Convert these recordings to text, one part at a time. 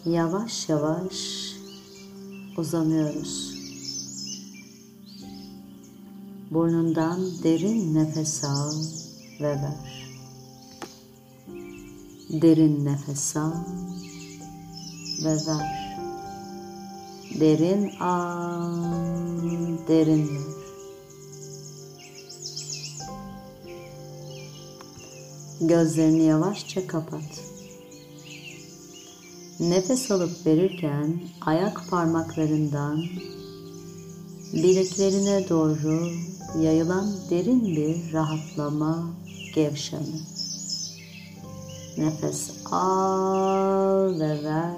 Yavaş yavaş uzanıyoruz. Burnundan derin nefes al ve ver. Derin nefes al ve ver. Derin al, derin ver. Gözlerini yavaşça kapat. Nefes alıp verirken ayak parmaklarından bileklerine doğru yayılan derin bir rahatlama, gevşeme. Nefes al ve ver.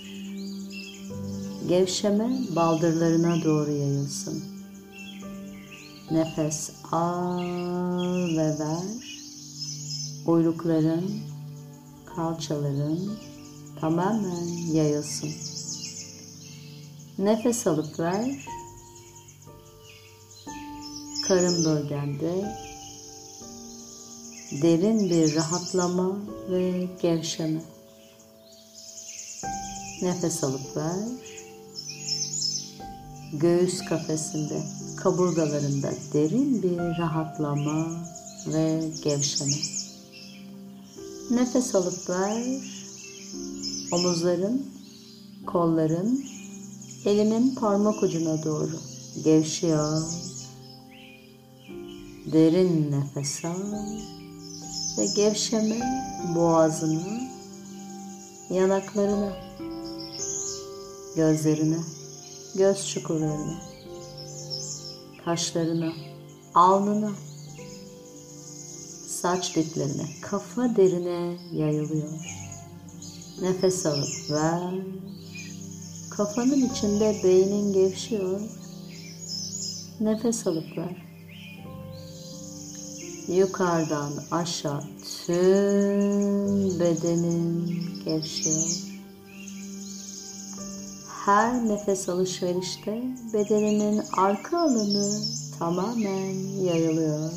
Gevşeme baldırlarına doğru yayılsın. Nefes al ve ver. Uylukların, kalçaların tamamen yayılsın. Nefes alıp ver. Karın bölgende derin bir rahatlama ve gevşeme. Nefes alıp ver. Göğüs kafesinde, kaburgalarında derin bir rahatlama ve gevşeme. Nefes alıp ver. Omuzların, kolların, elinin parmak ucuna doğru gevşiyor. Derin nefes al ve gevşeme boğazına, yanaklarına, gözlerine, göz çukurlarına, kaşlarına, alnına, saç diplerine, kafa derine yayılıyor. Nefes alıp ver. Kafanın içinde beynin gevşiyor. Nefes alıp ver. Yukarıdan aşağı tüm bedenin gevşiyor. Her nefes alışverişte bedeninin arka alanı tamamen yayılıyor.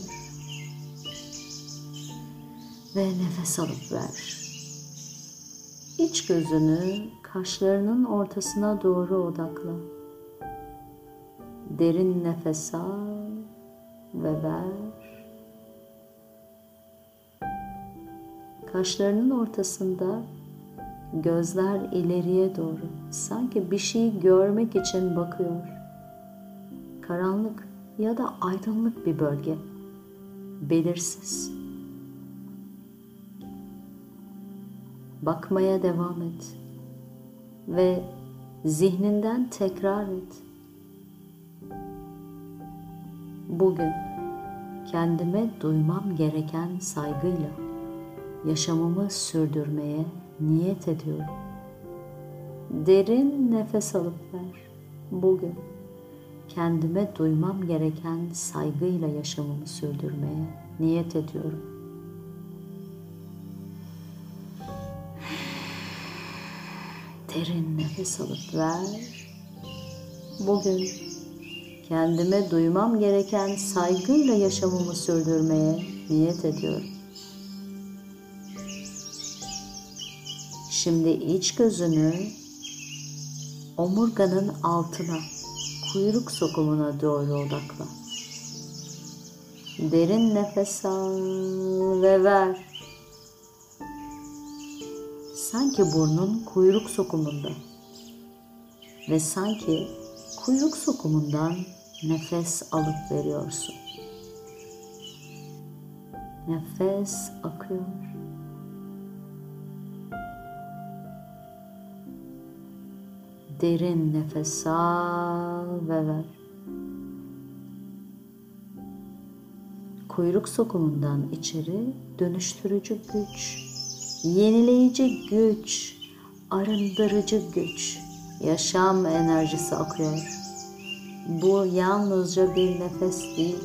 Ve nefes alıp ver. İç gözünü kaşlarının ortasına doğru odakla. Derin nefes al ve ver. Kaşlarının ortasında gözler ileriye doğru, sanki bir şey görmek için bakıyor. Karanlık ya da aydınlık bir bölge, belirsiz. Bakmaya devam et ve zihninden tekrar et. Bugün kendime duymam gereken saygıyla yaşamımı sürdürmeye niyet ediyorum. Derin nefes alıp ver. Bugün kendime duymam gereken saygıyla yaşamımı sürdürmeye niyet ediyorum. Derin nefes alıp ver. Bugün kendime duymam gereken saygıyla yaşamımı sürdürmeye niyet ediyorum. Şimdi iç gözünü omurganın altına, kuyruk sokumuna doğru odakla. Derin nefes al ve ver. Sanki burnun kuyruk sokumunda ve sanki kuyruk sokumundan nefes alıp veriyorsun. Nefes akıyor. Derin nefes al ve ver. Kuyruk sokumundan içeri dönüştürücü güç, yenileyici güç, arındırıcı güç, yaşam enerjisi akıyor. Bu yalnızca bir nefes değil.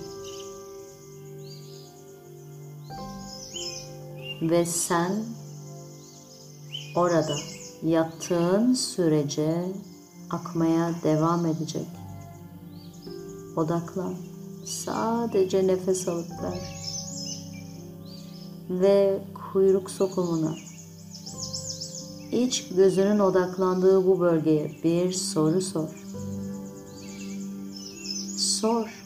Ve sen orada yattığın sürece akmaya devam edecek. Odaklan. Sadece nefes alıp ver. Ve kuyruk sokumuna İç gözünün odaklandığı bu bölgeye bir soru sor. Sor.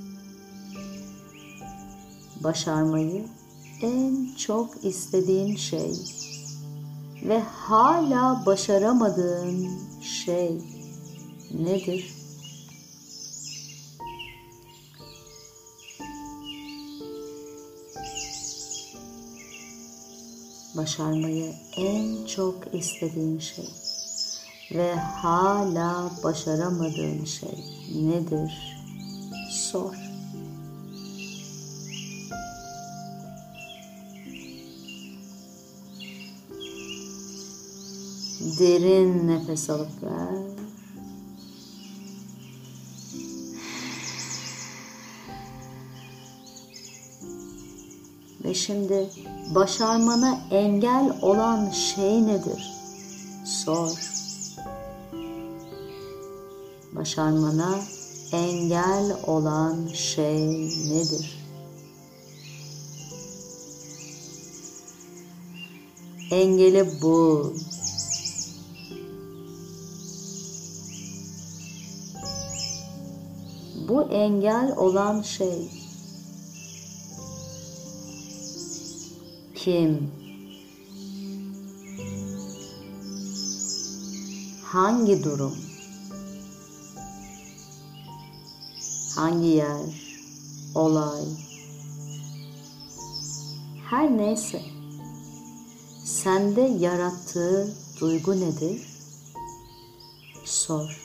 Başarmayı en çok istediğin şey ve hala başaramadığın şey nedir? Başarmayı en çok istediğin şey ve hala başaramadığın şey nedir? Sor. Derin nefes alıp ver. Ve şimdi başarmana engel olan şey nedir? Sor. Başarmana engel olan şey nedir? Engeli bul. Bu engel olan şey kim? Hangi durum? Hangi yer? Olay? Her neyse, sende yarattığı duygu nedir? Sor.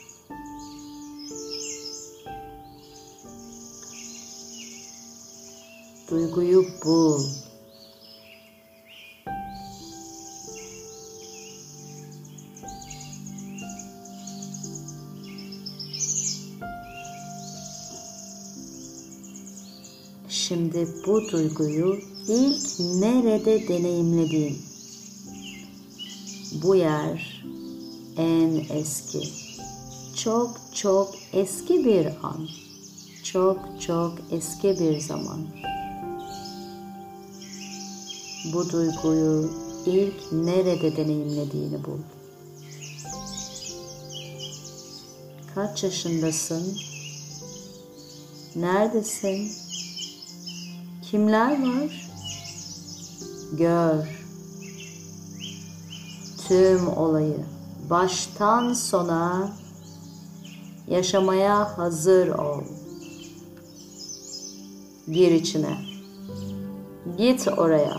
Duyguyu bul. Şimdi bu duyguyu ilk nerede deneyimledin? Bu yer en eski, çok çok eski bir an, çok çok eski bir zaman. Bu duyguyu ilk nerede deneyimlediğini bul. Kaç yaşındasın? Neredesin? Kimler var? Gör. Tüm olayı baştan sona yaşamaya hazır ol. Gir içine. Git oraya.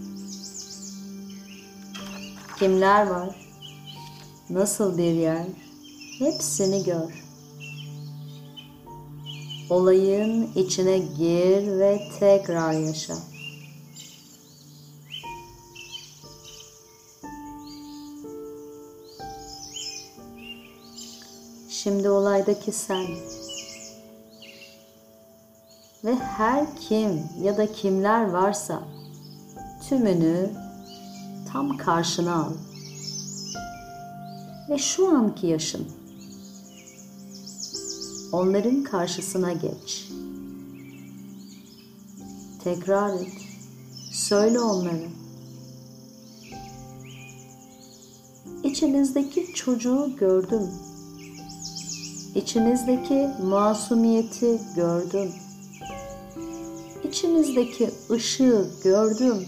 Kimler var? Nasıl bir yer? Hepsini gör. Olayın içine gir ve tekrar yaşa. Şimdi olaydaki sen ve her kim ya da kimler varsa tümünü tam karşına al. Ve şu anki yaşın, onların karşısına geç. Tekrar et. Söyle onlara. İçinizdeki çocuğu gördüm. İçinizdeki masumiyeti gördüm. İçinizdeki ışığı gördüm.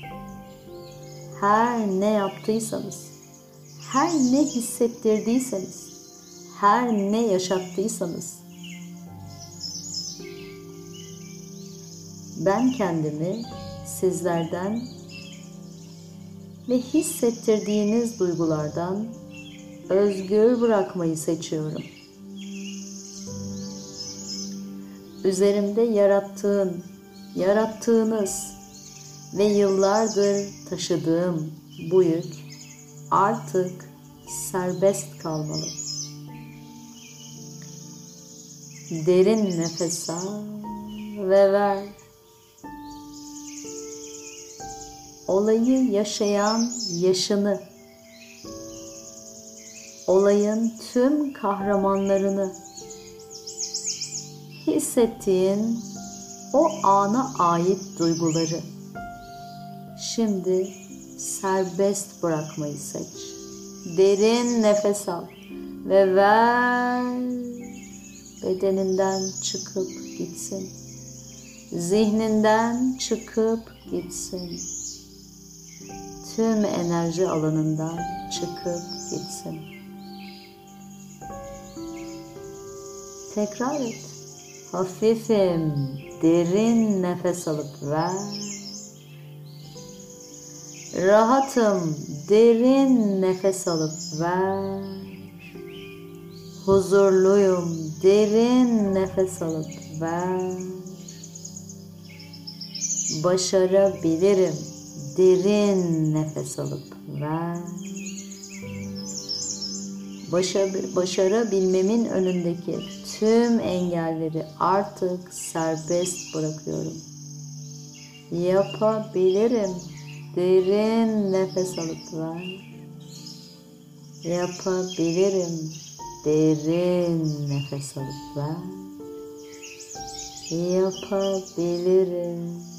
Her ne yaptıysanız, her ne hissettirdiyseniz, her ne yaşattıysanız, ben kendimi sizlerden ve hissettirdiğiniz duygulardan özgür bırakmayı seçiyorum. Üzerimde yarattığınız ve yıllardır taşıdığım bu yük artık serbest kalmalı. Derin nefes al ve ver. Olayı yaşayan yaşını, olayın tüm kahramanlarını, hissettiğin o ana ait duyguları şimdi serbest bırakmayı seç. Derin nefes al ve ver. Bedeninden çıkıp gitsin. Zihninden çıkıp gitsin. Tüm enerji alanından çıkıp gitsin. Tekrar et. Hafifim, derin nefes alıp ver. Rahatım, derin nefes alıp ver. Huzurluyum, derin nefes alıp ver. Başarabilirim, derin nefes alıp ver. Başarabilmemin önündeki tüm engelleri artık serbest bırakıyorum. Yapabilirim. Derin nefes alıp ver. Yapabilirim. Derin nefes alıp ver. Yapabilirim.